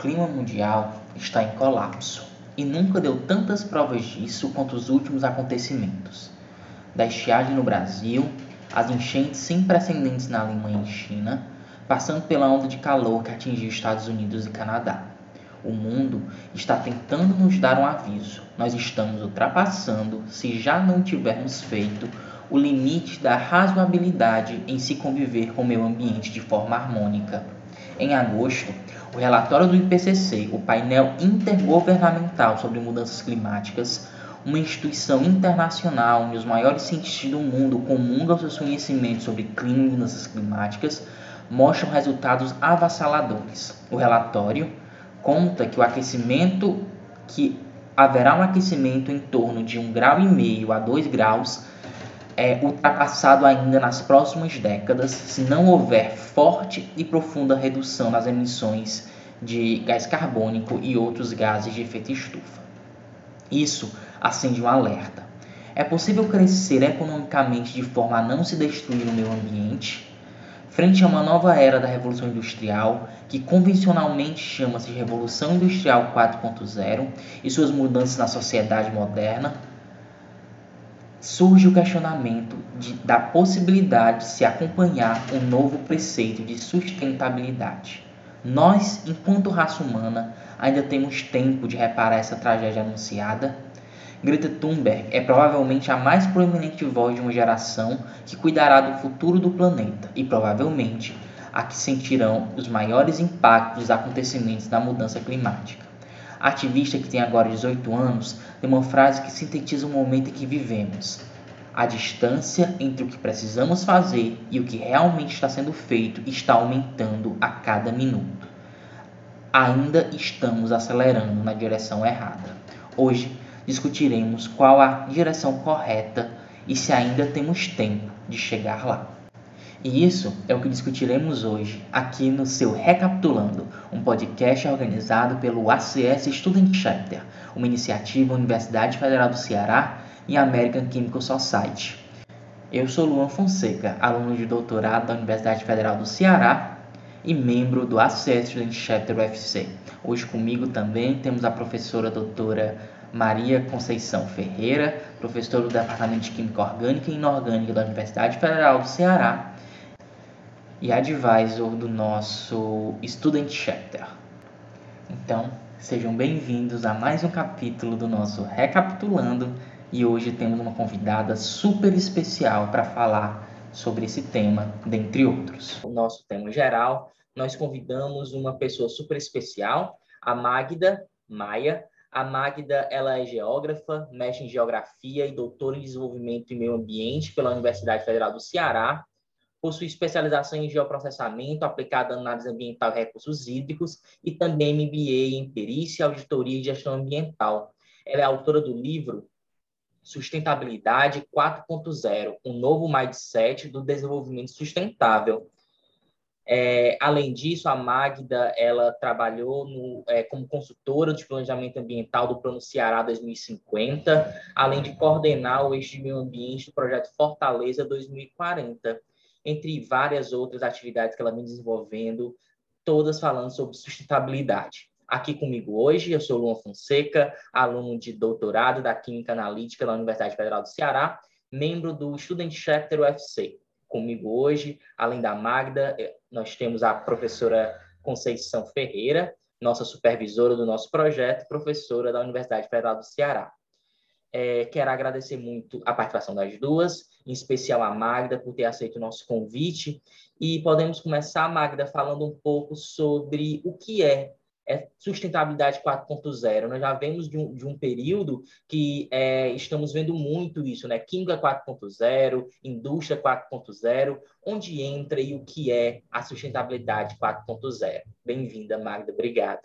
clima mundial está em colapso, e nunca deu tantas provas disso quanto os últimos acontecimentos. Da estiagem no Brasil, as enchentes sem precedentes na Alemanha e China, passando pela onda de calor que atingiu Estados Unidos e Canadá. O mundo está tentando nos dar um aviso. Nós estamos ultrapassando, se já não tivermos feito, o limite da razoabilidade em se conviver com o meio ambiente de forma harmônica. Em agosto, o relatório do IPCC, o painel intergovernamental sobre mudanças climáticas, uma instituição internacional onde os maiores cientistas do mundo comungam seus conhecimentos sobre clima e mudanças climáticas, mostram resultados avassaladores. O relatório conta que haverá um aquecimento em torno de 1,5 grau a 2 graus ultrapassado ainda nas próximas décadas, se não houver forte e profunda redução nas emissões de gás carbônico e outros gases de efeito estufa. Isso acende um alerta. É possível crescer economicamente de forma a não se destruir o meio ambiente? Frente a uma nova era da Revolução Industrial, que convencionalmente chama-se de Revolução Industrial 4.0, e suas mudanças na sociedade moderna, surge o questionamento da possibilidade de se acompanhar um novo preceito de sustentabilidade. Nós, enquanto raça humana, ainda temos tempo de reparar essa tragédia anunciada? Greta Thunberg é provavelmente a mais proeminente voz de uma geração que cuidará do futuro do planeta e provavelmente a que sentirão os maiores impactos dos acontecimentos da mudança climática. A ativista, que tem agora 18 anos, tem uma frase que sintetiza o momento em que vivemos. A distância entre o que precisamos fazer e o que realmente está sendo feito está aumentando a cada minuto. Ainda estamos acelerando na direção errada. Hoje, discutiremos qual a direção correta e se ainda temos tempo de chegar lá. E isso é o que discutiremos hoje, aqui no seu Recapitulando, um podcast organizado pelo ACS Student Chapter, uma iniciativa Universidade Federal do Ceará e American Chemical Society. Eu sou Luan Fonseca, aluno de doutorado da Universidade Federal do Ceará e membro do ACS Student Chapter UFC. Hoje comigo também temos a professora doutora Maria Conceição Ferreira, professora do Departamento de Química Orgânica e Inorgânica da Universidade Federal do Ceará e advisor do nosso Student Chapter. Então, sejam bem-vindos a mais um capítulo do nosso Recapitulando, e hoje temos uma convidada super especial para falar sobre esse tema, dentre outros. O nosso tema geral, nós convidamos uma pessoa super especial, a Magda Maia. A Magda, ela é geógrafa, mestre em geografia e doutora em desenvolvimento e meio ambiente pela Universidade Federal do Ceará. Possui especialização em geoprocessamento aplicada à análise ambiental e recursos hídricos e também MBA em perícia, auditoria e gestão ambiental. Ela é autora do livro Sustentabilidade 4.0, um novo mindset do desenvolvimento sustentável. Além disso, a Magda ela trabalhou como consultora de planejamento ambiental do Plano Ceará 2050, além de coordenar o eixo de meio ambiente do projeto Fortaleza 2040, entre várias outras atividades que ela vem desenvolvendo, todas falando sobre sustentabilidade. Aqui comigo hoje, eu sou Luan Fonseca, aluno de doutorado da Química Analítica da Universidade Federal do Ceará, membro do Student Chapter UFC. Comigo hoje, além da Magda, nós temos a professora Conceição Ferreira, nossa supervisora do nosso projeto, professora da Universidade Federal do Ceará. Quero agradecer muito a participação das duas, em especial a Magda, por ter aceito o nosso convite. E podemos começar, Magda, falando um pouco sobre o que é sustentabilidade 4.0. Nós já vemos de um período que estamos vendo muito isso, né? Química 4.0, indústria 4.0, onde entra e o que é a sustentabilidade 4.0. Bem-vinda, Magda. Obrigado.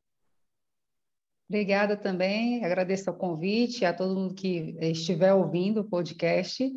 Obrigada também, agradeço o convite a todo mundo que estiver ouvindo o podcast.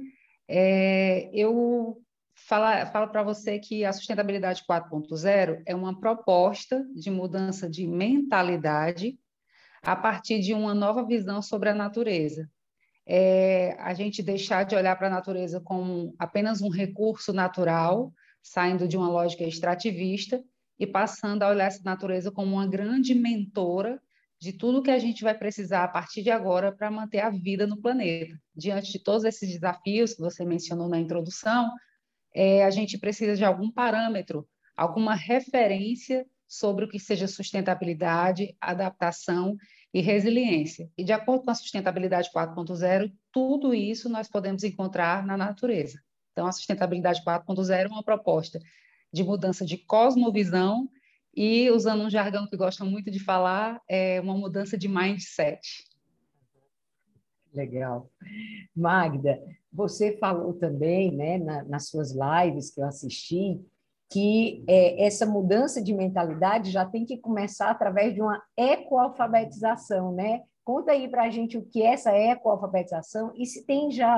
Eu falo para você que a sustentabilidade 4.0 é uma proposta de mudança de mentalidade a partir de uma nova visão sobre a natureza. A gente deixar de olhar para a natureza como apenas um recurso natural, saindo de uma lógica extrativista, e passando a olhar essa natureza como uma grande mentora de tudo que a gente vai precisar a partir de agora para manter a vida no planeta. Diante de todos esses desafios que você mencionou na introdução, a gente precisa de algum parâmetro, alguma referência sobre o que seja sustentabilidade, adaptação e resiliência. E de acordo com a sustentabilidade 4.0, tudo isso nós podemos encontrar na natureza. Então, a sustentabilidade 4.0 é uma proposta de mudança de cosmovisão e, usando um jargão que gostam muito de falar, é uma mudança de mindset. Legal. Magda, você falou também, né, nas suas lives que eu assisti, que essa mudança de mentalidade já tem que começar através de uma ecoalfabetização, né? Conta aí para a gente o que é essa ecoalfabetização e se tem já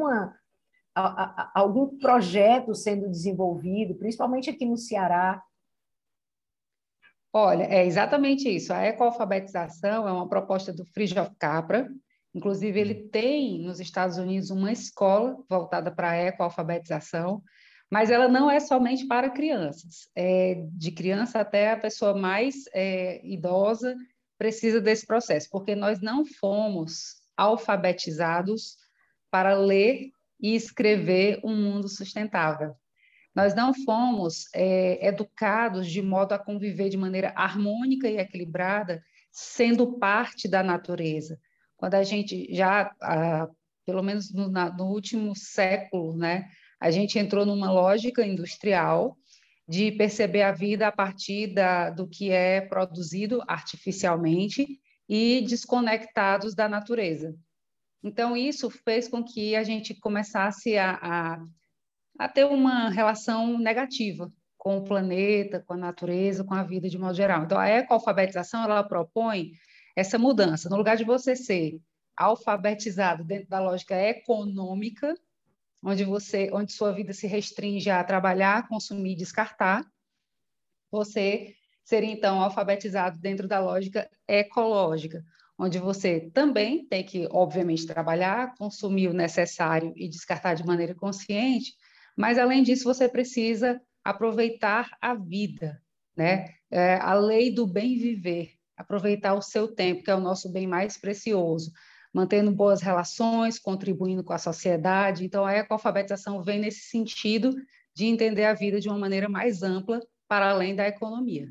algum projeto sendo desenvolvido, principalmente aqui no Ceará. Olha, é exatamente isso. A ecoalfabetização é uma proposta do Fritjof Capra. Inclusive, ele tem nos Estados Unidos uma escola voltada para a ecoalfabetização, mas ela não é somente para crianças. De criança até a pessoa mais idosa precisa desse processo, porque nós não fomos alfabetizados para ler e escrever um mundo sustentável. Nós não fomos educados de modo a conviver de maneira harmônica e equilibrada, sendo parte da natureza. Quando a gente já, pelo menos no último século, né, a gente entrou numa lógica industrial de perceber a vida a partir do que é produzido artificialmente e desconectados da natureza. Então, isso fez com que a gente começasse a ter uma relação negativa com o planeta, com a natureza, com a vida de modo geral. Então, a ecoalfabetização, ela propõe essa mudança. No lugar de você ser alfabetizado dentro da lógica econômica, onde sua vida se restringe a trabalhar, consumir e descartar, você seria, então, alfabetizado dentro da lógica ecológica, onde você também tem que, obviamente, trabalhar, consumir o necessário e descartar de maneira consciente, mas, além disso, você precisa aproveitar a vida, né? A lei do bem viver, aproveitar o seu tempo, que é o nosso bem mais precioso, mantendo boas relações, contribuindo com a sociedade. Então, a ecoalfabetização vem nesse sentido de entender a vida de uma maneira mais ampla, para além da economia.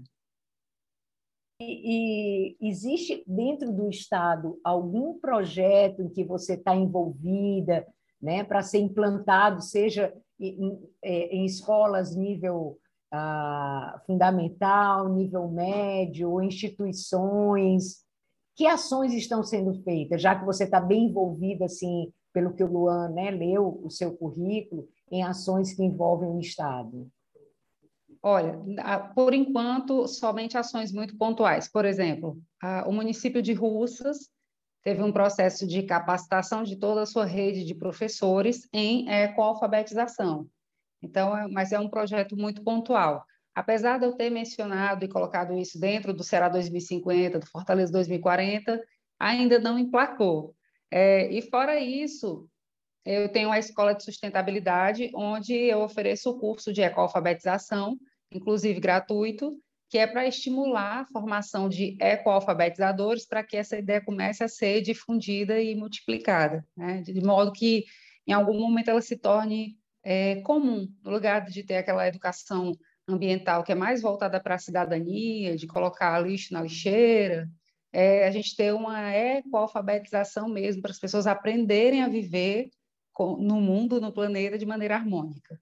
E existe dentro do Estado algum projeto em que você está envolvida, né, para ser implantado, seja em escolas nível fundamental, nível médio, ou instituições? Que ações estão sendo feitas, já que você está bem envolvida, assim, pelo que o Luan, né, leu o seu currículo, em ações que envolvem o Estado? Olha, por enquanto, somente ações muito pontuais. Por exemplo, o município de Russas teve um processo de capacitação de toda a sua rede de professores em ecoalfabetização. Então, mas é um projeto muito pontual. Apesar de eu ter mencionado e colocado isso dentro do Ceará 2050, do Fortaleza 2040, ainda não emplacou. E fora isso, eu tenho a Escola de Sustentabilidade, onde eu ofereço o curso de ecoalfabetização, inclusive gratuito, que é para estimular a formação de ecoalfabetizadores para que essa ideia comece a ser difundida e multiplicada, né? De modo que, em algum momento, ela se torne comum, no lugar de ter aquela educação ambiental que é mais voltada para a cidadania, de colocar lixo na lixeira, a gente ter uma ecoalfabetização mesmo, para as pessoas aprenderem a viver no mundo, no planeta, de maneira harmônica.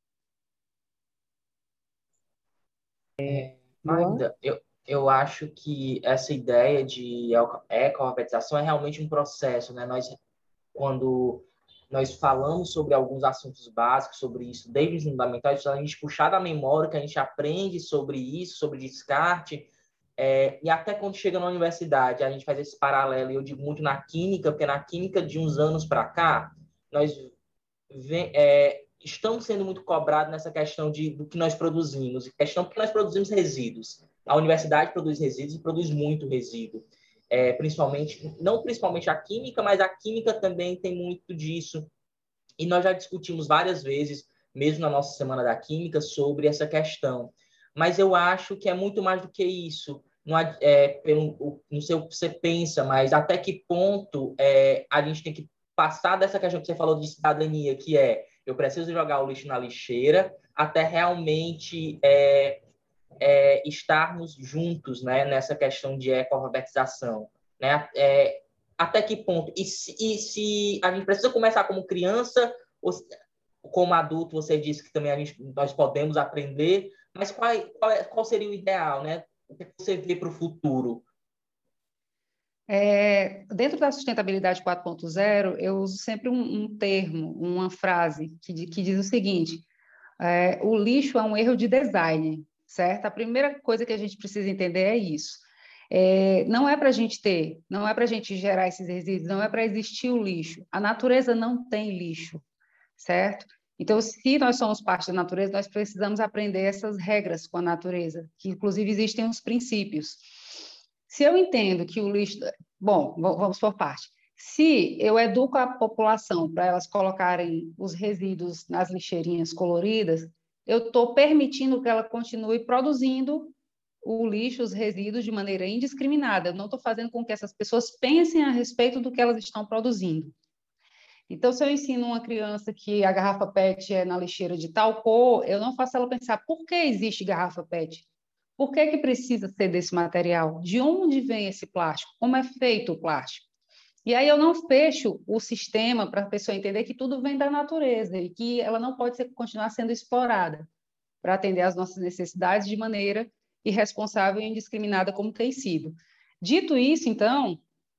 Magda, eu acho que essa ideia de ecoalfabetização é realmente um processo, né? Quando nós falamos sobre alguns assuntos básicos sobre isso, desde os fundamentais, a gente puxar da memória que a gente aprende sobre isso, sobre descarte, e até quando chega na universidade, a gente faz esse paralelo, e eu digo muito na química, porque na química de uns anos para cá, nós estamos sendo muito cobrados nessa questão do que nós produzimos, questão porque nós produzimos resíduos. A universidade produz resíduos e produz muito resíduo. Não principalmente a química, mas a química também tem muito disso. E nós já discutimos várias vezes, mesmo na nossa Semana da Química, sobre essa questão. mas eu acho que é muito mais do que isso. Não sei o que você pensa, mas até que ponto a gente tem que passar dessa questão que você falou de cidadania, que eu preciso jogar o lixo na lixeira, até realmente estarmos juntos, né, nessa questão de ecoalfabetização, né? Até que ponto? E se a gente precisa começar como criança, ou como adulto, você disse que também nós podemos aprender, mas qual seria o ideal, né? O que você vê para o futuro? Dentro da sustentabilidade 4.0, eu uso sempre um termo, uma frase que diz o seguinte: o lixo é um erro de design, certo? A primeira coisa que a gente precisa entender é isso. Não é para a gente não é para a gente gerar esses resíduos, não é para existir o lixo. A natureza não tem lixo, certo? Então, se nós somos parte da natureza, nós precisamos aprender essas regras com a natureza, que inclusive existem os princípios. Se eu entendo que o lixo... Bom, vamos por parte. Se eu educo a população para elas colocarem os resíduos nas lixeirinhas coloridas, eu estou permitindo que ela continue produzindo o lixo, os resíduos de maneira indiscriminada. Eu não estou fazendo com que essas pessoas pensem a respeito do que elas estão produzindo. Então, se eu ensino uma criança que a garrafa PET é na lixeira de tal cor, eu não faço ela pensar por que existe garrafa PET? Por que precisa ser desse material? De onde vem esse plástico? Como é feito o plástico? E aí eu não fecho o sistema para a pessoa entender que tudo vem da natureza e que ela não pode continuar sendo explorada para atender às nossas necessidades de maneira irresponsável e indiscriminada como tem sido. Dito isso, então,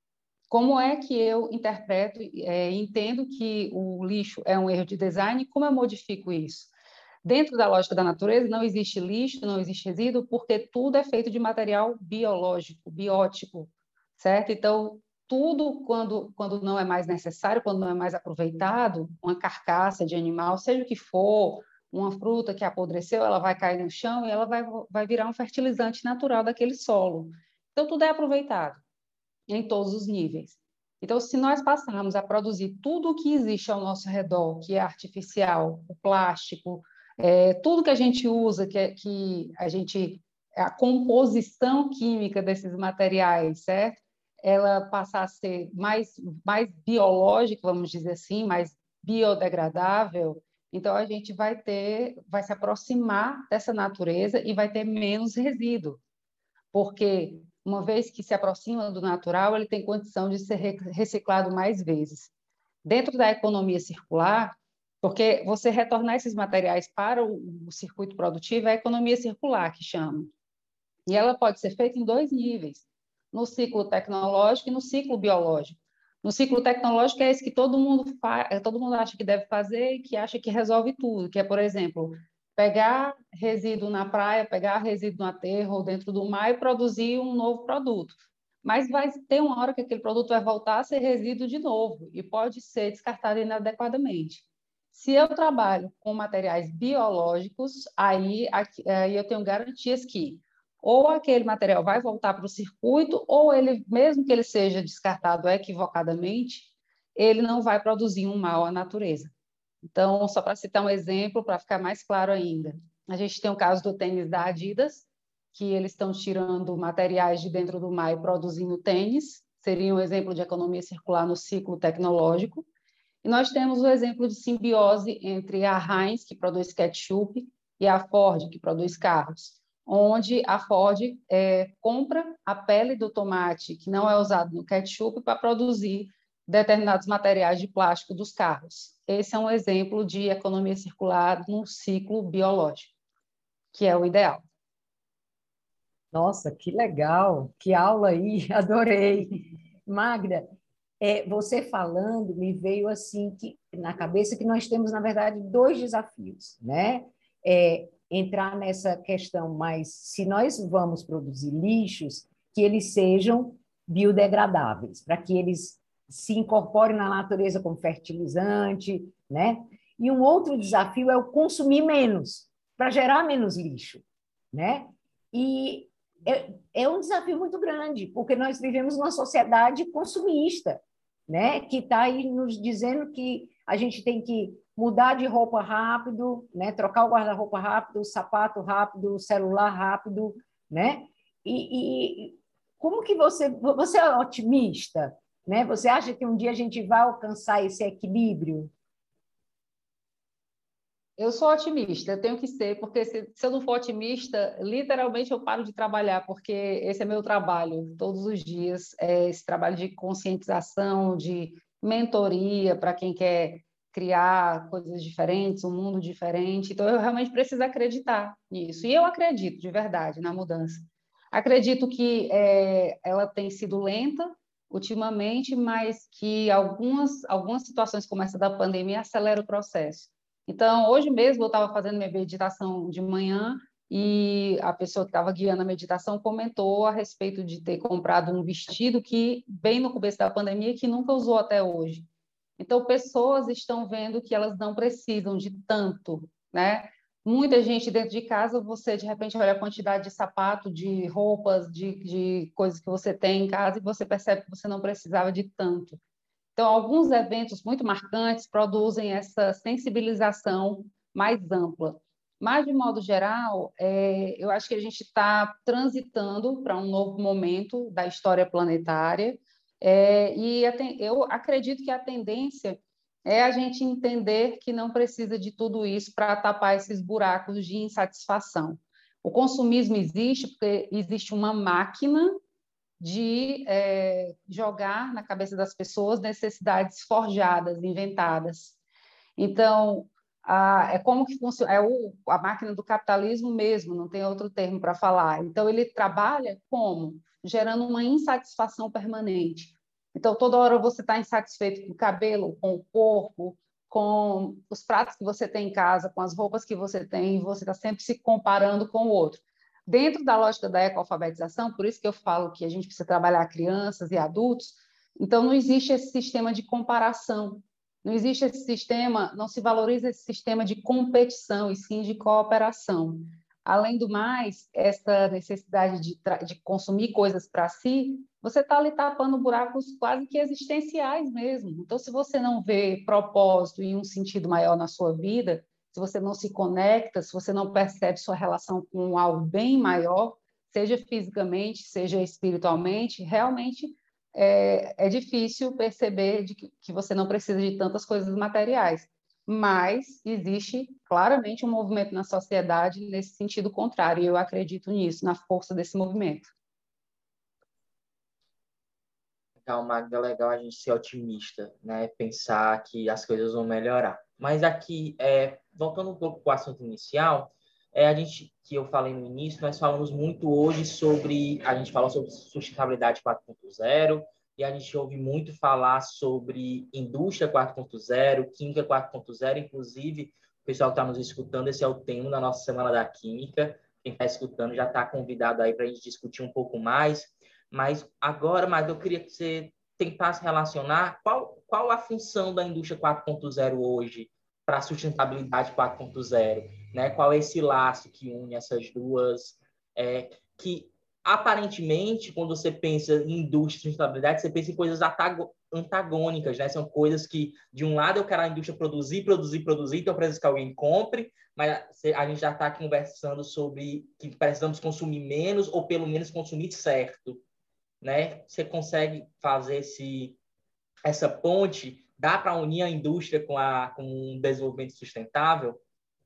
como é que eu interpreto e entendo que o lixo é um erro de design e como eu modifico isso? Dentro da lógica da natureza, não existe lixo, não existe resíduo, porque tudo é feito de material biológico, biótico, certo? Então, tudo, quando não é mais necessário, quando não é mais aproveitado, uma carcaça de animal, seja o que for, uma fruta que apodreceu, ela vai cair no chão e ela vai virar um fertilizante natural daquele solo. Então, tudo é aproveitado em todos os níveis. Então, se nós passarmos a produzir tudo o que existe ao nosso redor, que é artificial, o plástico, tudo que a gente usa, que a gente, a composição química desses materiais, certo? Ela passar a ser mais biológica, vamos dizer assim, mais biodegradável, então a gente vai se aproximar dessa natureza e vai ter menos resíduo, porque uma vez que se aproxima do natural, ele tem condição de ser reciclado mais vezes. Dentro da economia circular, porque você retornar esses materiais para o circuito produtivo é a economia circular, que chama. E ela pode ser feita em dois níveis, no ciclo tecnológico e no ciclo biológico. No ciclo tecnológico é esse que todo mundo acha que deve fazer e que acha que resolve tudo, que é, por exemplo, pegar resíduo na praia, pegar resíduo no aterro ou dentro do mar e produzir um novo produto. Mas vai ter uma hora que aquele produto vai voltar a ser resíduo de novo e pode ser descartado inadequadamente. Se eu trabalho com materiais biológicos, aí eu tenho garantias que ou aquele material vai voltar para o circuito, ou ele, mesmo que ele seja descartado equivocadamente, ele não vai produzir um mal à natureza. Então, só para citar um exemplo, para ficar mais claro ainda, a gente tem o caso do tênis da Adidas, que eles estão tirando materiais de dentro do mar e produzindo tênis, seria um exemplo de economia circular no ciclo tecnológico. E nós temos o exemplo de simbiose entre a Heinz, que produz ketchup, e a Ford, que produz carros, onde a Ford compra a pele do tomate, que não é usado no ketchup, para produzir determinados materiais de plástico dos carros. Esse é um exemplo de economia circular num ciclo biológico, que é o ideal. Nossa, que legal, que aula aí, adorei. Magda, você falando, me veio assim que na cabeça que nós temos, na verdade, dois desafios, né? Entrar nessa questão, mas se nós vamos produzir lixos, que eles sejam biodegradáveis, para que eles se incorporem na natureza como fertilizante, né? E um outro desafio é o consumir menos, para gerar menos lixo, né? E é um desafio muito grande, porque nós vivemos numa sociedade consumista, né? Que está aí nos dizendo que a gente tem que mudar de roupa rápido, né? Trocar o guarda-roupa rápido, o sapato rápido, o celular rápido, né? E como que você é otimista, né? Você acha que um dia a gente vai alcançar esse equilíbrio? Eu sou otimista, eu tenho que ser, porque se eu não for otimista, literalmente eu paro de trabalhar, porque esse é meu trabalho, todos os dias, é esse trabalho de conscientização, de mentoria para quem quer criar coisas diferentes, um mundo diferente. Então, eu realmente preciso acreditar nisso. E eu acredito, de verdade, na mudança. Acredito que ela tem sido lenta ultimamente, mas que algumas situações como essa da pandemia aceleram o processo. Então, hoje mesmo eu estava fazendo minha meditação de manhã e a pessoa que estava guiando a meditação comentou a respeito de ter comprado um vestido que, bem no começo da pandemia, que nunca usou até hoje. Então, pessoas estão vendo que elas não precisam de tanto, né? Muita gente dentro de casa, você de repente olha a quantidade de sapato, de roupas, de coisas que você tem em casa e você percebe que você não precisava de tanto. Então, alguns eventos muito marcantes produzem essa sensibilização mais ampla. Mas, de modo geral, eu acho que a gente está transitando para um novo momento da história planetária, eu acredito que a tendência é a gente entender que não precisa de tudo isso para tapar esses buracos de insatisfação. O consumismo existe porque existe uma máquina de jogar na cabeça das pessoas necessidades forjadas, inventadas. Então, é como que funciona, a máquina do capitalismo mesmo, não tem outro termo para falar. Então, ele trabalha como? Gerando uma insatisfação permanente. Então, toda hora você está insatisfeito com o cabelo, com o corpo, com os pratos que você tem em casa, com as roupas que você tem, e você está sempre se comparando com o outro. Dentro da lógica da ecoalfabetização, por isso que eu falo que a gente precisa trabalhar crianças e adultos, então não existe esse sistema de comparação, não existe esse sistema, não se valoriza esse sistema de competição e sim de cooperação. Além do mais, essa necessidade de consumir coisas para si, você está ali tapando buracos quase que existenciais mesmo. Então, se você não vê propósito e um sentido maior na sua vida, se você não se conecta, se você não percebe sua relação com algo bem maior, seja fisicamente, seja espiritualmente, realmente é difícil perceber que você não precisa de tantas coisas materiais. Mas existe claramente um movimento na sociedade nesse sentido contrário, e eu acredito nisso, na força desse movimento. Então, Magda, é legal a gente ser otimista, né? Pensar que as coisas vão melhorar. Mas aqui, voltando um pouco para o assunto inicial, a gente, que eu falei no início, nós falamos muito hoje a gente falou sobre sustentabilidade 4.0 e a gente ouve muito falar sobre indústria 4.0, química 4.0, inclusive, o pessoal que está nos escutando, esse é o tema da nossa Semana da Química. Quem está escutando já está convidado aí para a gente discutir um pouco mais. Mas agora, eu queria que você tentasse relacionar qual a função da indústria 4.0 hoje para a sustentabilidade 4.0, né? Qual é esse laço que une essas duas, que aparentemente, quando você pensa em indústria e sustentabilidade, você pensa em coisas antagônicas, né? São coisas que, de um lado, eu quero a indústria produzir, então eu preciso que alguém compre, mas a gente já está conversando sobre que precisamos consumir menos ou pelo menos consumir certo, né? Você consegue fazer essa ponte? Dá para unir a indústria com um desenvolvimento sustentável?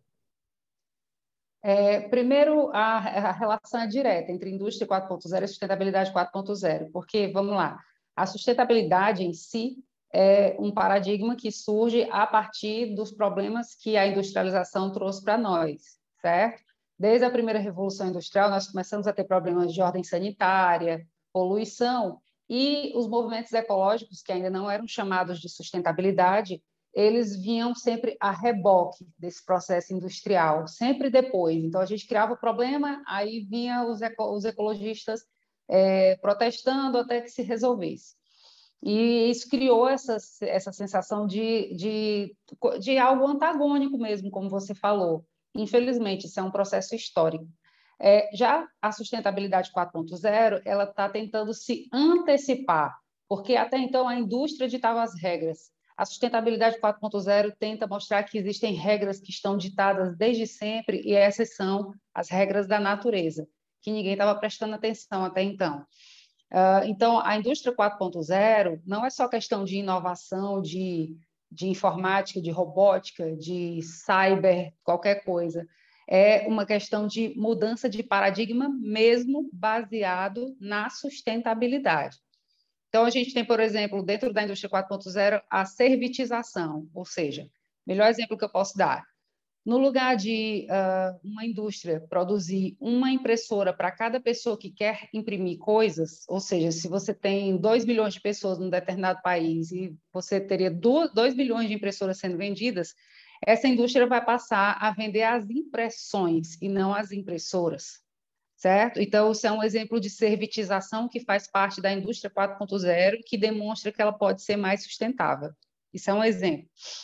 Primeiro, a relação é direta entre indústria 4.0 e sustentabilidade 4.0, porque, vamos lá, a sustentabilidade em si é um paradigma que surge a partir dos problemas que a industrialização trouxe para nós, certo? Desde a primeira revolução industrial, nós começamos a ter problemas de ordem sanitária, poluição, e os movimentos ecológicos, que ainda não eram chamados de sustentabilidade, eles vinham sempre a reboque desse processo industrial, sempre depois. Então, a gente criava o problema, aí vinha os ecologistas protestando até que se resolvesse. E isso criou essa sensação de algo antagônico mesmo, como você falou. Infelizmente, isso é um processo histórico. Já a sustentabilidade 4.0, ela está tentando se antecipar, porque até então a indústria ditava as regras. A sustentabilidade 4.0 tenta mostrar que existem regras que estão ditadas desde sempre, e essas são as regras da natureza, que ninguém estava prestando atenção até então. Então, a indústria 4.0 não é só questão de inovação, de informática, de robótica, de cyber, qualquer coisa. É uma questão de mudança de paradigma mesmo baseado na sustentabilidade. Então, a gente tem, por exemplo, dentro da indústria 4.0, a servitização, ou seja, melhor exemplo que eu posso dar, no lugar de uma indústria produzir uma impressora para cada pessoa que quer imprimir coisas, ou seja, se você tem 2 bilhões de pessoas num determinado país e você teria 2 bilhões de impressoras sendo vendidas, essa indústria vai passar a vender as impressões e não as impressoras, certo? Então, isso é um exemplo de servitização que faz parte da indústria 4.0, que demonstra que ela pode ser mais sustentável. Isso é um exemplo.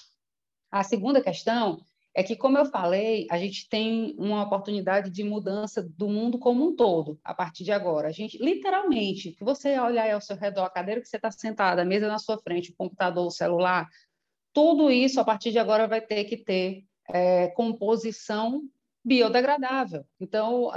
A segunda questão é que, como eu falei, a gente tem uma oportunidade de mudança do mundo como um todo, a partir de agora. A gente, literalmente, que você olhar aí ao seu redor, a cadeira que você está sentada, a mesa na sua frente, o computador, o celular, tudo isso, a partir de agora, vai ter que ter composição biodegradável. Então,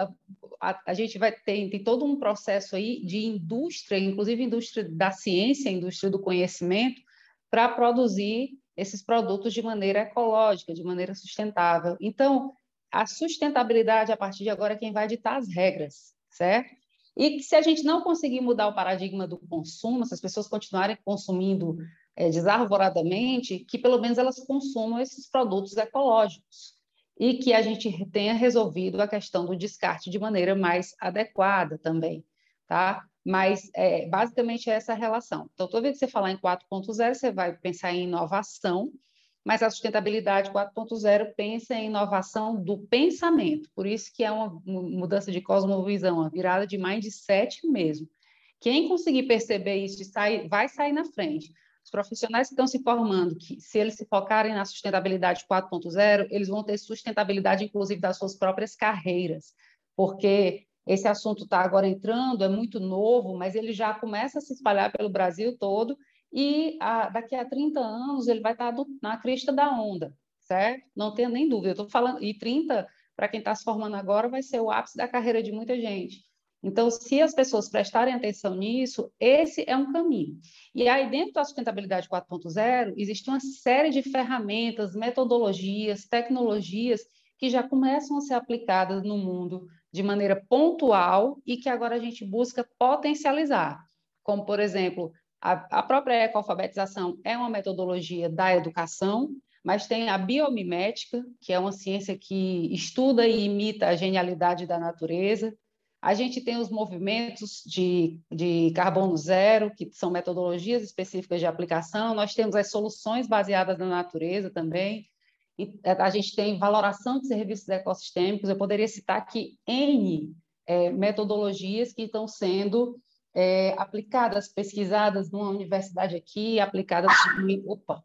a gente vai ter tem todo um processo aí de indústria, inclusive indústria da ciência, indústria do conhecimento, para produzir esses produtos de maneira ecológica, de maneira sustentável. Então, a sustentabilidade, a partir de agora, é quem vai ditar as regras, certo? E que se a gente não conseguir mudar o paradigma do consumo, se as pessoas continuarem consumindo desarvoradamente, que pelo menos elas consumam esses produtos ecológicos e que a gente tenha resolvido a questão do descarte de maneira mais adequada também, tá? Mas, basicamente, é essa a relação. Então, toda vez que você falar em 4.0, você vai pensar em inovação, mas a sustentabilidade 4.0 pensa em inovação do pensamento. Por isso que é uma mudança de cosmovisão, uma virada de mindset mesmo. Quem conseguir perceber isso vai sair na frente. Os profissionais que estão se formando, que se eles se focarem na sustentabilidade 4.0, eles vão ter sustentabilidade, inclusive, das suas próprias carreiras, porque esse assunto está agora entrando, é muito novo, mas ele já começa a se espalhar pelo Brasil todo e daqui a 30 anos ele vai estar na crista da onda, certo? Não tenha nem dúvida. Eu estou falando, e 30, para quem está se formando agora, vai ser o ápice da carreira de muita gente. Então, se as pessoas prestarem atenção nisso, esse é um caminho. E aí, dentro da sustentabilidade 4.0, existe uma série de ferramentas, metodologias, tecnologias que já começam a ser aplicadas no mundo de maneira pontual e que agora a gente busca potencializar. Como, por exemplo, a própria ecoalfabetização é uma metodologia da educação, mas tem a biomimética, que é uma ciência que estuda e imita a genialidade da natureza. A gente tem os movimentos de carbono zero, que são metodologias específicas de aplicação. Nós temos as soluções baseadas na natureza também. E a gente tem valoração de serviços ecossistêmicos. Eu poderia citar aqui N metodologias que estão sendo aplicadas, pesquisadas numa universidade aqui, aplicadas... Opa!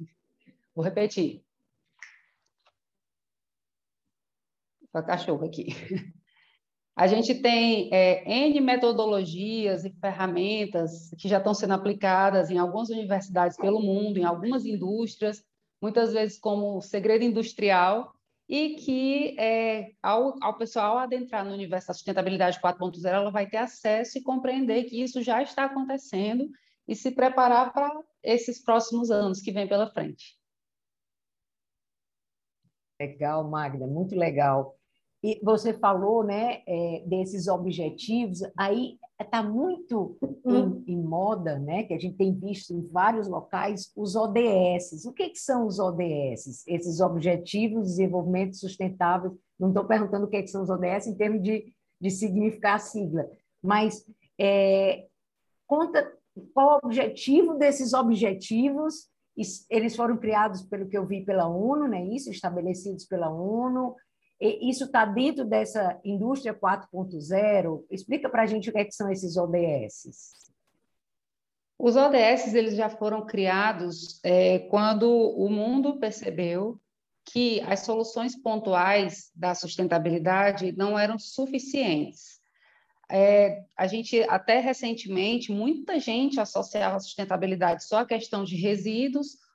Vou repetir. O cachorro aqui. A gente tem N metodologias e ferramentas que já estão sendo aplicadas em algumas universidades pelo mundo, em algumas indústrias, muitas vezes como segredo industrial, e que ao pessoal adentrar no universo da sustentabilidade 4.0, ela vai ter acesso e compreender que isso já está acontecendo e se preparar para esses próximos anos que vêm pela frente. Legal, Magda, muito legal. E você falou, né, desses objetivos, aí está muito em moda, né, que a gente tem visto em vários locais, os ODS. O que são os ODS? Esses Objetivos de Desenvolvimento Sustentável. Não estou perguntando o que são os ODS em termos de significar a sigla, mas conta qual o objetivo desses objetivos. Eles foram criados, pelo que eu vi, pela ONU, né, isso, estabelecidos pela ONU. Isso está dentro dessa indústria 4.0? Explica para a gente o que são esses ODS. Os ODS eles já foram criados quando o mundo percebeu que as soluções pontuais da sustentabilidade não eram suficientes. A gente, até recentemente, muita gente associava a sustentabilidade só à questão de resíduos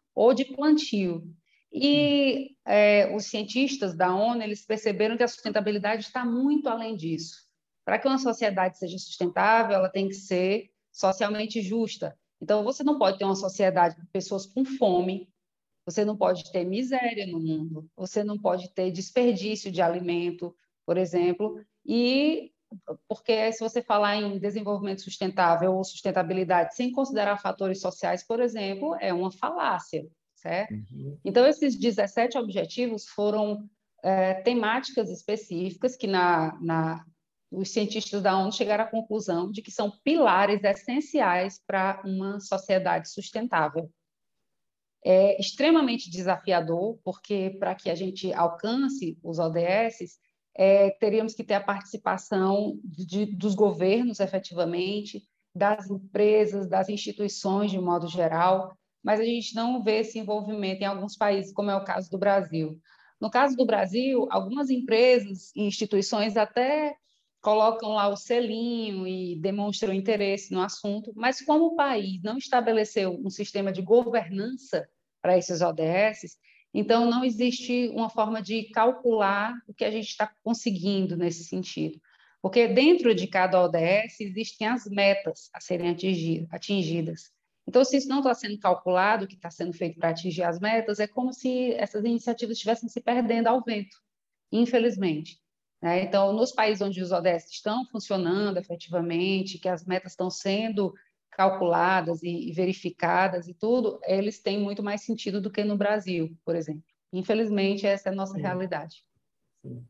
ou de plantio. E os cientistas da ONU, eles perceberam que a sustentabilidade está muito além disso. Para que uma sociedade seja sustentável, ela tem que ser socialmente justa. Então, você não pode ter uma sociedade com pessoas com fome, você não pode ter miséria no mundo, você não pode ter desperdício de alimento, por exemplo, e porque se você falar em desenvolvimento sustentável ou sustentabilidade sem considerar fatores sociais, por exemplo, é uma falácia, certo? Então, esses 17 objetivos foram temáticas específicas que os cientistas da ONU chegaram à conclusão de que são pilares essenciais para uma sociedade sustentável. É extremamente desafiador, porque para que a gente alcance os ODS, teríamos que ter a participação dos governos, efetivamente, das empresas, das instituições, de modo geral, mas a gente não vê esse envolvimento em alguns países, como é o caso do Brasil. No caso do Brasil, algumas empresas e instituições até colocam lá o selinho e demonstram interesse no assunto, mas como o país não estabeleceu um sistema de governança para esses ODS, então não existe uma forma de calcular o que a gente está conseguindo nesse sentido. Porque dentro de cada ODS existem as metas a serem atingidas. Então, se isso não está sendo calculado, o que está sendo feito para atingir as metas, é como se essas iniciativas estivessem se perdendo ao vento, infelizmente. Então, nos países onde os ODS estão funcionando efetivamente, que as metas estão sendo calculadas e verificadas e tudo, eles têm muito mais sentido do que no Brasil, por exemplo. Infelizmente, essa é a nossa realidade. Sim.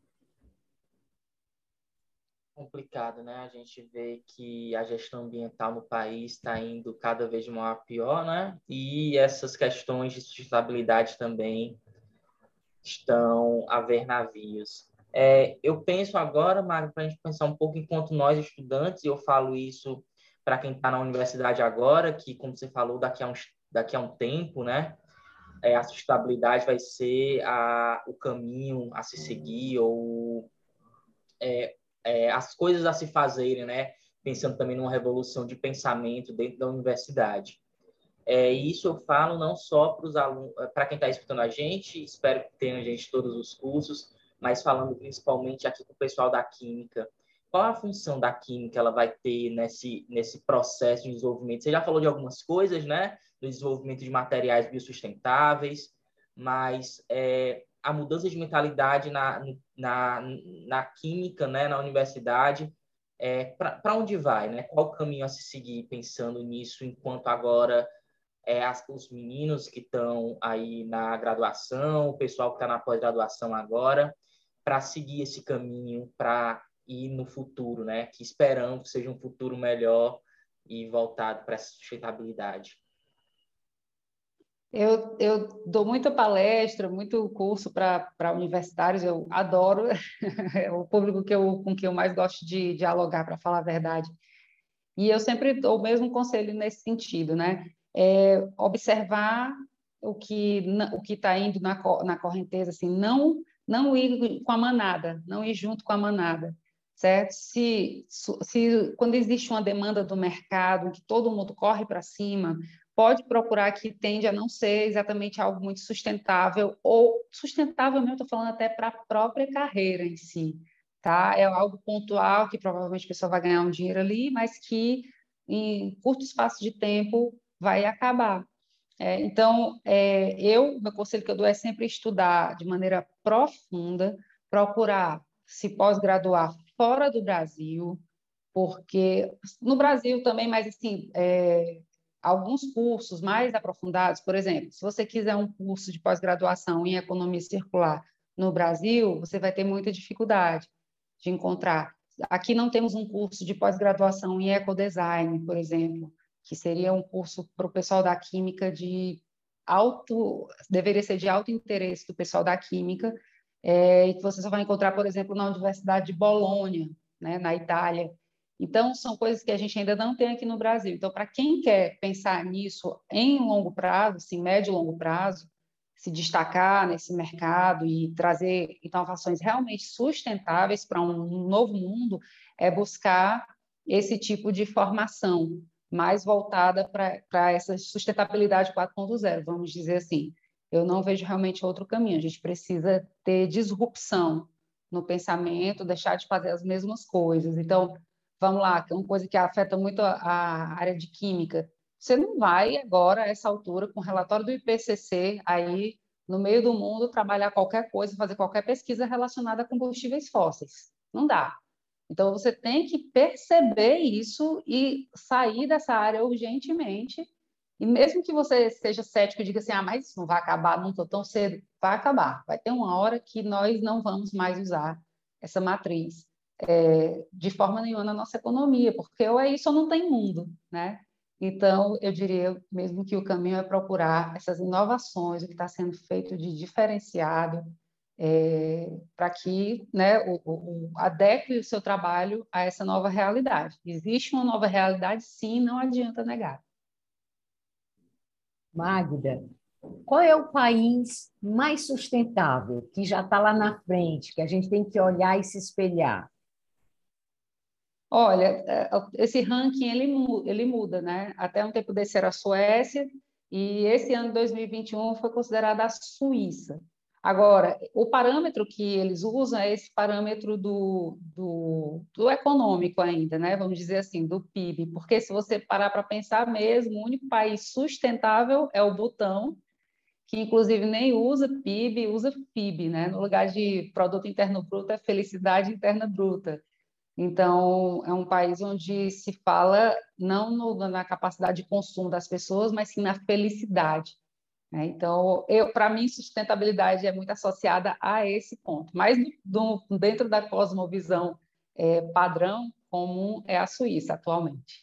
Complicado, né? A gente vê que a gestão ambiental no país está indo cada vez de mal a pior, né? E essas questões de sustentabilidade também estão a ver navios. Eu penso agora, Mário, para a gente pensar um pouco enquanto nós estudantes, e eu falo isso para quem está na universidade agora, que, como você falou, daqui a um tempo, né? A sustentabilidade vai ser o caminho a se seguir, ou as coisas a se fazerem, né? Pensando também numa revolução de pensamento dentro da universidade. Isso eu falo não só para os alunos, para quem está escutando a gente, espero que tenha gente de todos os cursos, mas falando principalmente aqui com o pessoal da Química. Qual a função da Química ela vai ter nesse processo de desenvolvimento? Você já falou de algumas coisas, né? Do desenvolvimento de materiais biosustentáveis, mas a mudança de mentalidade na Química, né? Na universidade, para onde vai, né? Qual o caminho a se seguir pensando nisso, enquanto agora os meninos que estão aí na graduação, o pessoal que está na pós-graduação agora, para seguir esse caminho, para ir no futuro, né? Que esperamos que seja um futuro melhor e voltado para essa sustentabilidade. Eu dou muita palestra, muito curso para universitários, eu adoro, é o público com quem eu mais gosto de dialogar, para falar a verdade. E eu sempre dou o mesmo conselho nesse sentido, né? Observar o que está indo na correnteza, assim, não ir com a manada, não ir junto com a manada, certo? Se quando existe uma demanda do mercado, que todo mundo corre para cima, pode procurar que tende a não ser exatamente algo muito sustentável, ou sustentável mesmo, estou falando até para a própria carreira em si, tá? É algo pontual que provavelmente a pessoa vai ganhar um dinheiro ali, mas que em curto espaço de tempo vai acabar. Então, meu conselho que eu dou é sempre estudar de maneira profunda, procurar se pós-graduar fora do Brasil, porque no Brasil também, mas assim, alguns cursos mais aprofundados, por exemplo, se você quiser um curso de pós-graduação em economia circular no Brasil, você vai ter muita dificuldade de encontrar. Aqui não temos um curso de pós-graduação em ecodesign, por exemplo, que seria um curso para o pessoal da química deveria ser de alto interesse do pessoal da química, e que você só vai encontrar, por exemplo, na Universidade de Bolonha, né, na Itália. Então, são coisas que a gente ainda não tem aqui no Brasil. Então, para quem quer pensar nisso em longo prazo, assim, médio e longo prazo, se destacar nesse mercado e trazer inovações realmente sustentáveis para um novo mundo, é buscar esse tipo de formação, mais voltada para essa sustentabilidade 4.0, vamos dizer assim. Eu não vejo realmente outro caminho. A gente precisa ter disrupção no pensamento, deixar de fazer as mesmas coisas. Então, vamos lá, que é uma coisa que afeta muito a área de química. Você não vai agora, a essa altura, com o relatório do IPCC, aí no meio do mundo, trabalhar qualquer coisa, fazer qualquer pesquisa relacionada a combustíveis fósseis. Não dá. Então, você tem que perceber isso e sair dessa área urgentemente. E mesmo que você seja cético e diga assim, mas isso não vai acabar nunca tão cedo, vai acabar. Vai ter uma hora que nós não vamos mais usar essa matriz de forma nenhuma na nossa economia, porque ou é isso ou não tem mundo, né? Então, eu diria mesmo que o caminho é procurar essas inovações, o que está sendo feito de diferenciado, para que, né, adeque o seu trabalho a essa nova realidade. Existe uma nova realidade, sim, não adianta negar. Magda, qual é o país mais sustentável, que já está lá na frente, que a gente tem que olhar e se espelhar? Olha, esse ranking ele muda, né? Até um tempo desse era a Suécia e esse ano 2021 foi considerada a Suíça. Agora, o parâmetro que eles usam é esse parâmetro do econômico ainda, né? Vamos dizer assim, do PIB, porque se você parar para pensar mesmo, o único país sustentável é o Butão, que inclusive nem usa PIB, usa FIB, né? No lugar de produto interno bruto é felicidade interna bruta. Então, é um país onde se fala não na capacidade de consumo das pessoas, mas sim na felicidade, né? Então, para mim, sustentabilidade é muito associada a esse ponto. Mas dentro da cosmovisão padrão comum é a Suíça atualmente.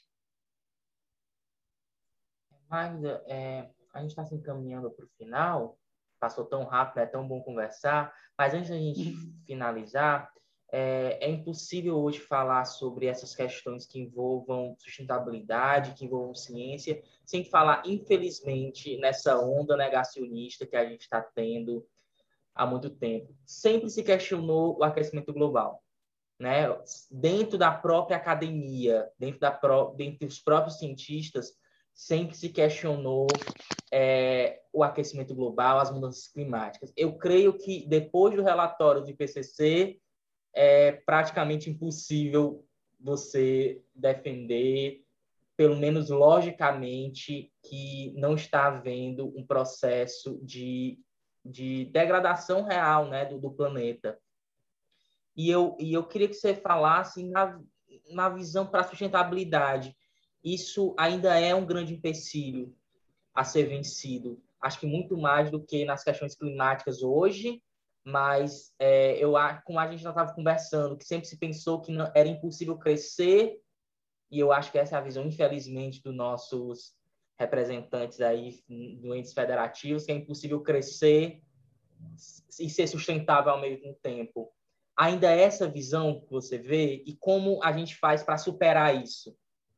Magda, a gente está se encaminhando para o final, passou tão rápido, é tão bom conversar, mas antes da gente finalizar, é impossível hoje falar sobre essas questões que envolvam sustentabilidade, que envolvam ciência, sem falar, infelizmente, nessa onda negacionista que a gente está tendo há muito tempo. Sempre se questionou o aquecimento global, né? Dentro da própria academia, dentro dos próprios cientistas, sempre se questionou o aquecimento global, as mudanças climáticas. Eu creio que depois do relatório do IPCC, é praticamente impossível você defender, pelo menos logicamente, que não está havendo um processo de degradação real, né, do planeta. E eu queria que você falasse na visão para a sustentabilidade. Isso ainda é um grande empecilho a ser vencido. Acho que muito mais do que nas questões climáticas hoje, mas como a gente já estava conversando, que sempre se pensou que não, era impossível crescer, e eu acho que essa é a visão, infelizmente, dos nossos representantes aí do entes federativos, que é impossível crescer e ser sustentável ao mesmo tempo. Ainda é essa visão que você vê e como a gente faz para superar isso?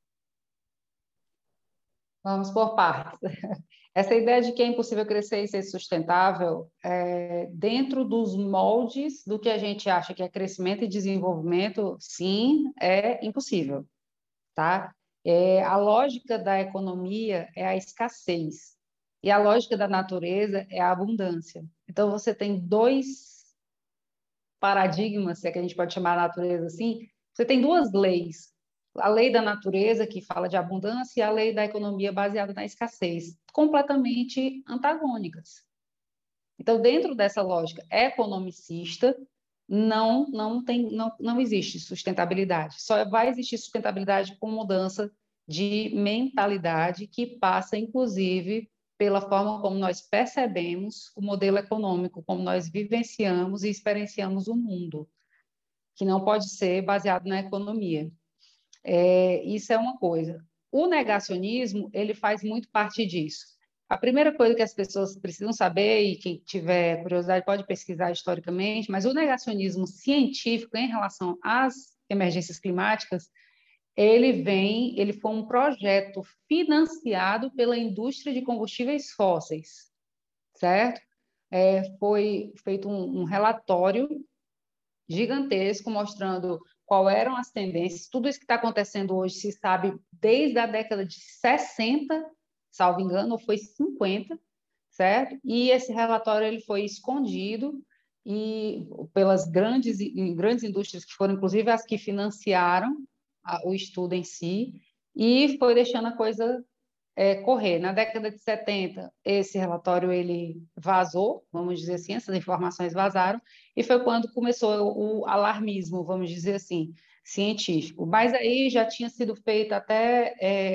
Vamos por partes. Essa ideia de que é impossível crescer e ser sustentável, dentro dos moldes do que a gente acha que é crescimento e desenvolvimento, sim, é impossível, tá? A lógica da economia é a escassez e a lógica da natureza é a abundância. Então, você tem dois paradigmas, se é que a gente pode chamar a natureza assim, você tem duas leis. A lei da natureza, que fala de abundância, e a lei da economia baseada na escassez, completamente antagônicas. Então, dentro dessa lógica economicista, não existe sustentabilidade. Só vai existir sustentabilidade com mudança de mentalidade que passa, inclusive, pela forma como nós percebemos o modelo econômico, como nós vivenciamos e experienciamos o mundo, que não pode ser baseado na economia. Isso é uma coisa. O negacionismo, ele faz muito parte disso. A primeira coisa que as pessoas precisam saber, e quem tiver curiosidade pode pesquisar historicamente, mas o negacionismo científico em relação às emergências climáticas, ele foi um projeto financiado pela indústria de combustíveis fósseis, certo? Foi feito um relatório gigantesco mostrando qual eram as tendências. Tudo isso que está acontecendo hoje se sabe desde a década de 60, salvo engano, ou foi 50, certo? E esse relatório ele foi escondido e pelas grandes indústrias, que foram inclusive as que financiaram o estudo em si, e foi deixando a coisa correr. Na década de 70, esse relatório ele vazou, vamos dizer assim, essas informações vazaram, e foi quando começou o alarmismo, vamos dizer assim, científico. Mas aí já tinha sido feita até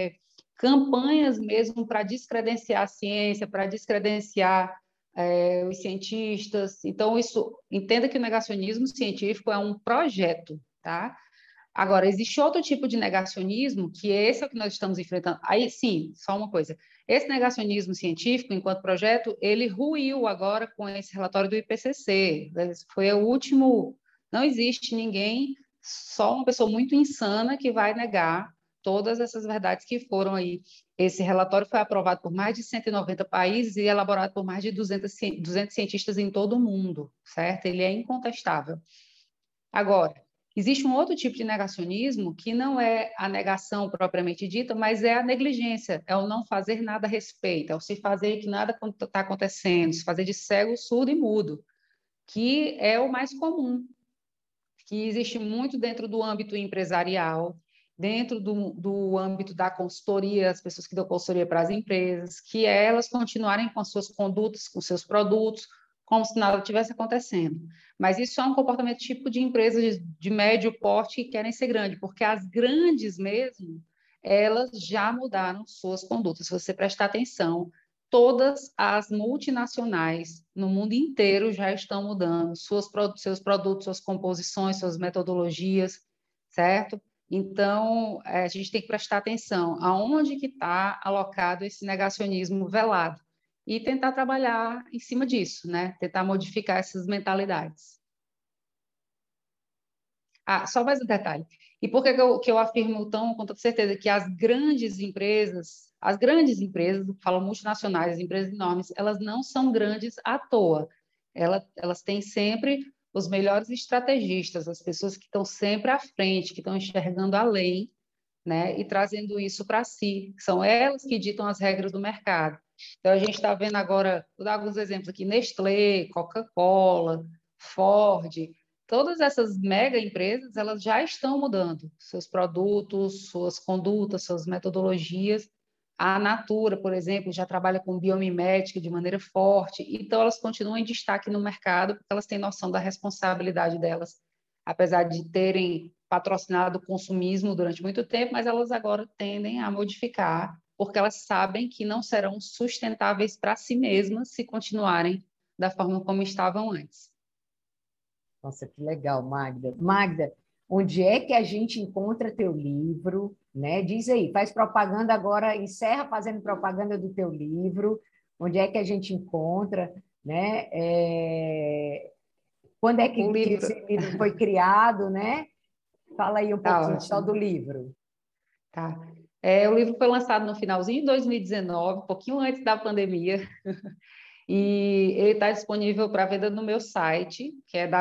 campanhas mesmo para descredenciar a ciência, para descredenciar os cientistas. Então, isso, entenda que o negacionismo científico é um projeto, tá? Agora, existe outro tipo de negacionismo, que esse é o que nós estamos enfrentando. Aí, sim, só uma coisa. Esse negacionismo científico, enquanto projeto, ele ruiu agora com esse relatório do IPCC. Esse foi o último. Não existe ninguém, só uma pessoa muito insana que vai negar todas essas verdades que foram aí. Esse relatório foi aprovado por mais de 190 países e elaborado por mais de 200 cientistas em todo o mundo, certo? Ele é incontestável. Agora, existe um outro tipo de negacionismo que não é a negação propriamente dita, mas é a negligência, é o não fazer nada a respeito, é o se fazer que nada está acontecendo, se fazer de cego, surdo e mudo, que é o mais comum, que existe muito dentro do âmbito empresarial, dentro do âmbito da consultoria, as pessoas que dão consultoria para as empresas, que é elas continuarem com as suas condutas, com seus produtos, como se nada tivesse acontecendo. Mas isso é um comportamento tipo de empresas de médio porte que querem ser grandes, porque as grandes mesmo, elas já mudaram suas condutas. Se você prestar atenção, todas as multinacionais no mundo inteiro já estão mudando seus produtos, suas composições, suas metodologias, certo? Então, a gente tem que prestar atenção aonde que está alocado esse negacionismo velado e tentar trabalhar em cima disso, né? Tentar modificar essas mentalidades. Ah, só mais um detalhe. E por que eu afirmo tão com toda certeza que as grandes empresas, falam multinacionais, as empresas enormes, elas não são grandes à toa. Elas têm sempre os melhores estrategistas, as pessoas que estão sempre à frente, que estão enxergando além, né, e trazendo isso para si. São elas que ditam as regras do mercado. Então, a gente está vendo agora, vou dar alguns exemplos aqui, Nestlé, Coca-Cola, Ford, todas essas mega empresas, elas já estão mudando seus produtos, suas condutas, suas metodologias. A Natura, por exemplo, já trabalha com biomimética de maneira forte, então elas continuam em destaque no mercado, porque elas têm noção da responsabilidade delas, apesar de terem patrocinado o consumismo durante muito tempo, mas elas agora tendem a modificar, porque elas sabem que não serão sustentáveis para si mesmas se continuarem da forma como estavam antes. Nossa, que legal, Magda. Magda, onde é que a gente encontra teu livro, né? Diz aí, faz propaganda agora, encerra fazendo propaganda do teu livro. Onde é que a gente encontra, né? Quando é O que livro, esse livro foi criado, né? Fala aí um tá pouquinho só ótimo, do livro. tá. O livro foi lançado no finalzinho de 2019, um pouquinho antes da pandemia, e ele está disponível para venda no meu site, que é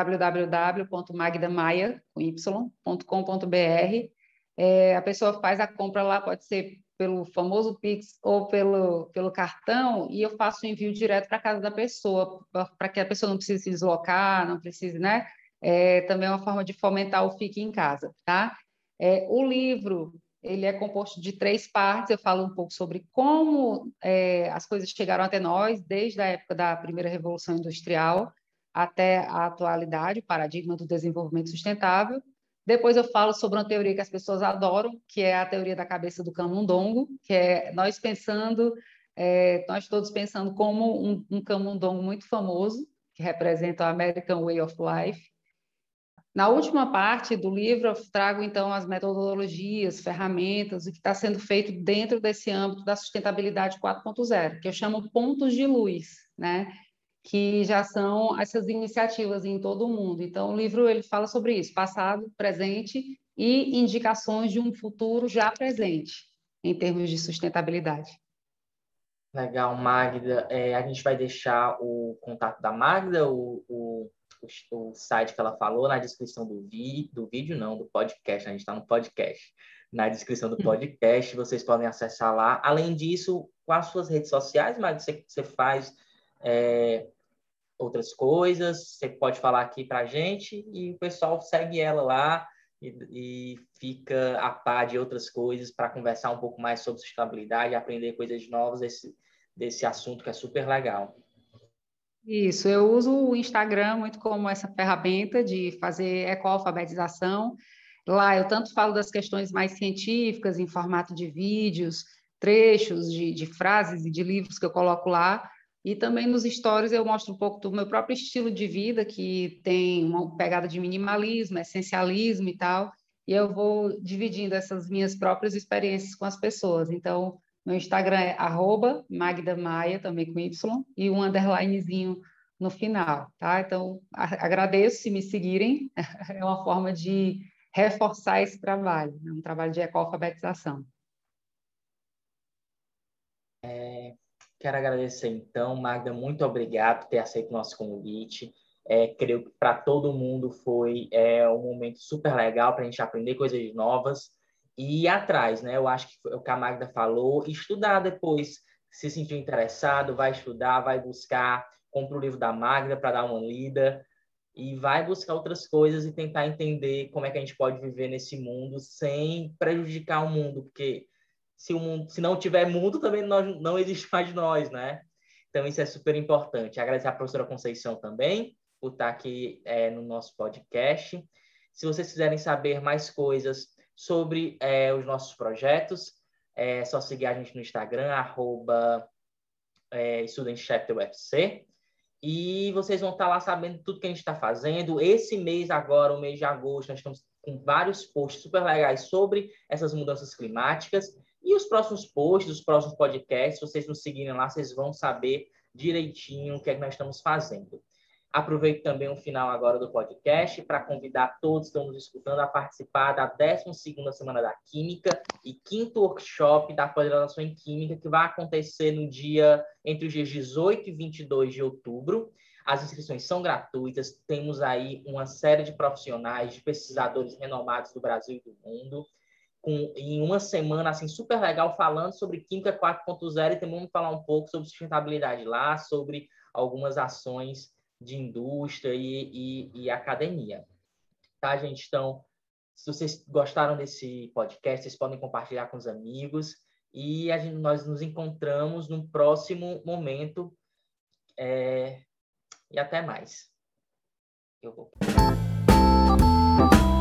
www.magdamaia.com.br. A pessoa faz a compra lá, pode ser pelo famoso Pix ou pelo cartão, e eu faço o envio direto para a casa da pessoa, para que a pessoa não precise se deslocar, não precise, né? Também é uma forma de fomentar o fique em casa, tá? O livro, ele é composto de 3 partes. Eu falo um pouco sobre como as coisas chegaram até nós, desde a época da primeira Revolução Industrial até a atualidade, o paradigma do desenvolvimento sustentável. Depois eu falo sobre uma teoria que as pessoas adoram, que é a teoria da cabeça do camundongo, que é nós todos pensando como um camundongo muito famoso, que representa o American Way of Life. Na última parte do livro, eu trago, então, as metodologias, ferramentas, o que está sendo feito dentro desse âmbito da sustentabilidade 4.0, que eu chamo pontos de luz, né? Que já são essas iniciativas em todo o mundo. Então, o livro ele fala sobre isso, passado, presente e indicações de um futuro já presente, em termos de sustentabilidade. Legal, Magda. A gente vai deixar o contato da Magda, o o site que ela falou na descrição do vídeo não, do podcast, a gente está no podcast. Na descrição do podcast, vocês podem acessar lá. Além disso, com as suas redes sociais, mas você faz outras coisas, você pode falar aqui para a gente e o pessoal segue ela lá e fica a par de outras coisas para conversar um pouco mais sobre sustentabilidade e aprender coisas novas desse assunto que é super legal. Isso, eu uso o Instagram muito como essa ferramenta de fazer ecoalfabetização. Lá eu tanto falo das questões mais científicas, em formato de vídeos, trechos de frases e de livros que eu coloco lá, e também nos stories eu mostro um pouco do meu próprio estilo de vida, que tem uma pegada de minimalismo, essencialismo e tal, e eu vou dividindo essas minhas próprias experiências com as pessoas. Então, meu Instagram é @magdamaia, também com Y, e um underlinezinho no final, tá? Então, agradeço se me seguirem, é uma forma de reforçar esse trabalho, um trabalho de ecoalfabetização. Quero agradecer, então, Magda, muito obrigado por ter aceito o nosso convite. Creio que para todo mundo foi um momento super legal para a gente aprender coisas novas e ir atrás, né? Eu acho que foi o que a Magda falou, estudar depois, se sentir interessado, vai estudar, vai buscar, compra o livro da Magda para dar uma lida e vai buscar outras coisas e tentar entender como é que a gente pode viver nesse mundo sem prejudicar o mundo, porque se não tiver mundo, também não existe mais nós, né? Então, isso é super importante. Agradecer à professora Conceição também por estar aqui no nosso podcast. Se vocês quiserem saber mais coisas sobre os nossos projetos, é só seguir a gente no Instagram, @StudentChapterUFC. E vocês vão estar lá sabendo tudo que a gente está fazendo. Esse mês agora, o mês de agosto, nós estamos com vários posts super legais sobre essas mudanças climáticas. E os próximos posts, os próximos podcasts, se vocês nos seguirem lá, vocês vão saber direitinho o que é que nós estamos fazendo. Aproveito também o final agora do podcast para convidar todos que estão nos escutando a participar da 12ª Semana da Química e 5º workshop da pós-graduação em Química, que vai acontecer entre os dias 18 e 22 de outubro. As inscrições são gratuitas, temos aí uma série de profissionais, de pesquisadores renomados do Brasil e do mundo, em uma semana assim super legal falando sobre Química 4.0 e também vamos falar um pouco sobre sustentabilidade lá, sobre algumas ações de indústria e academia. Tá, gente? Então, se vocês gostaram desse podcast, vocês podem compartilhar com os amigos e nós nos encontramos num próximo momento. E até mais. Eu vou...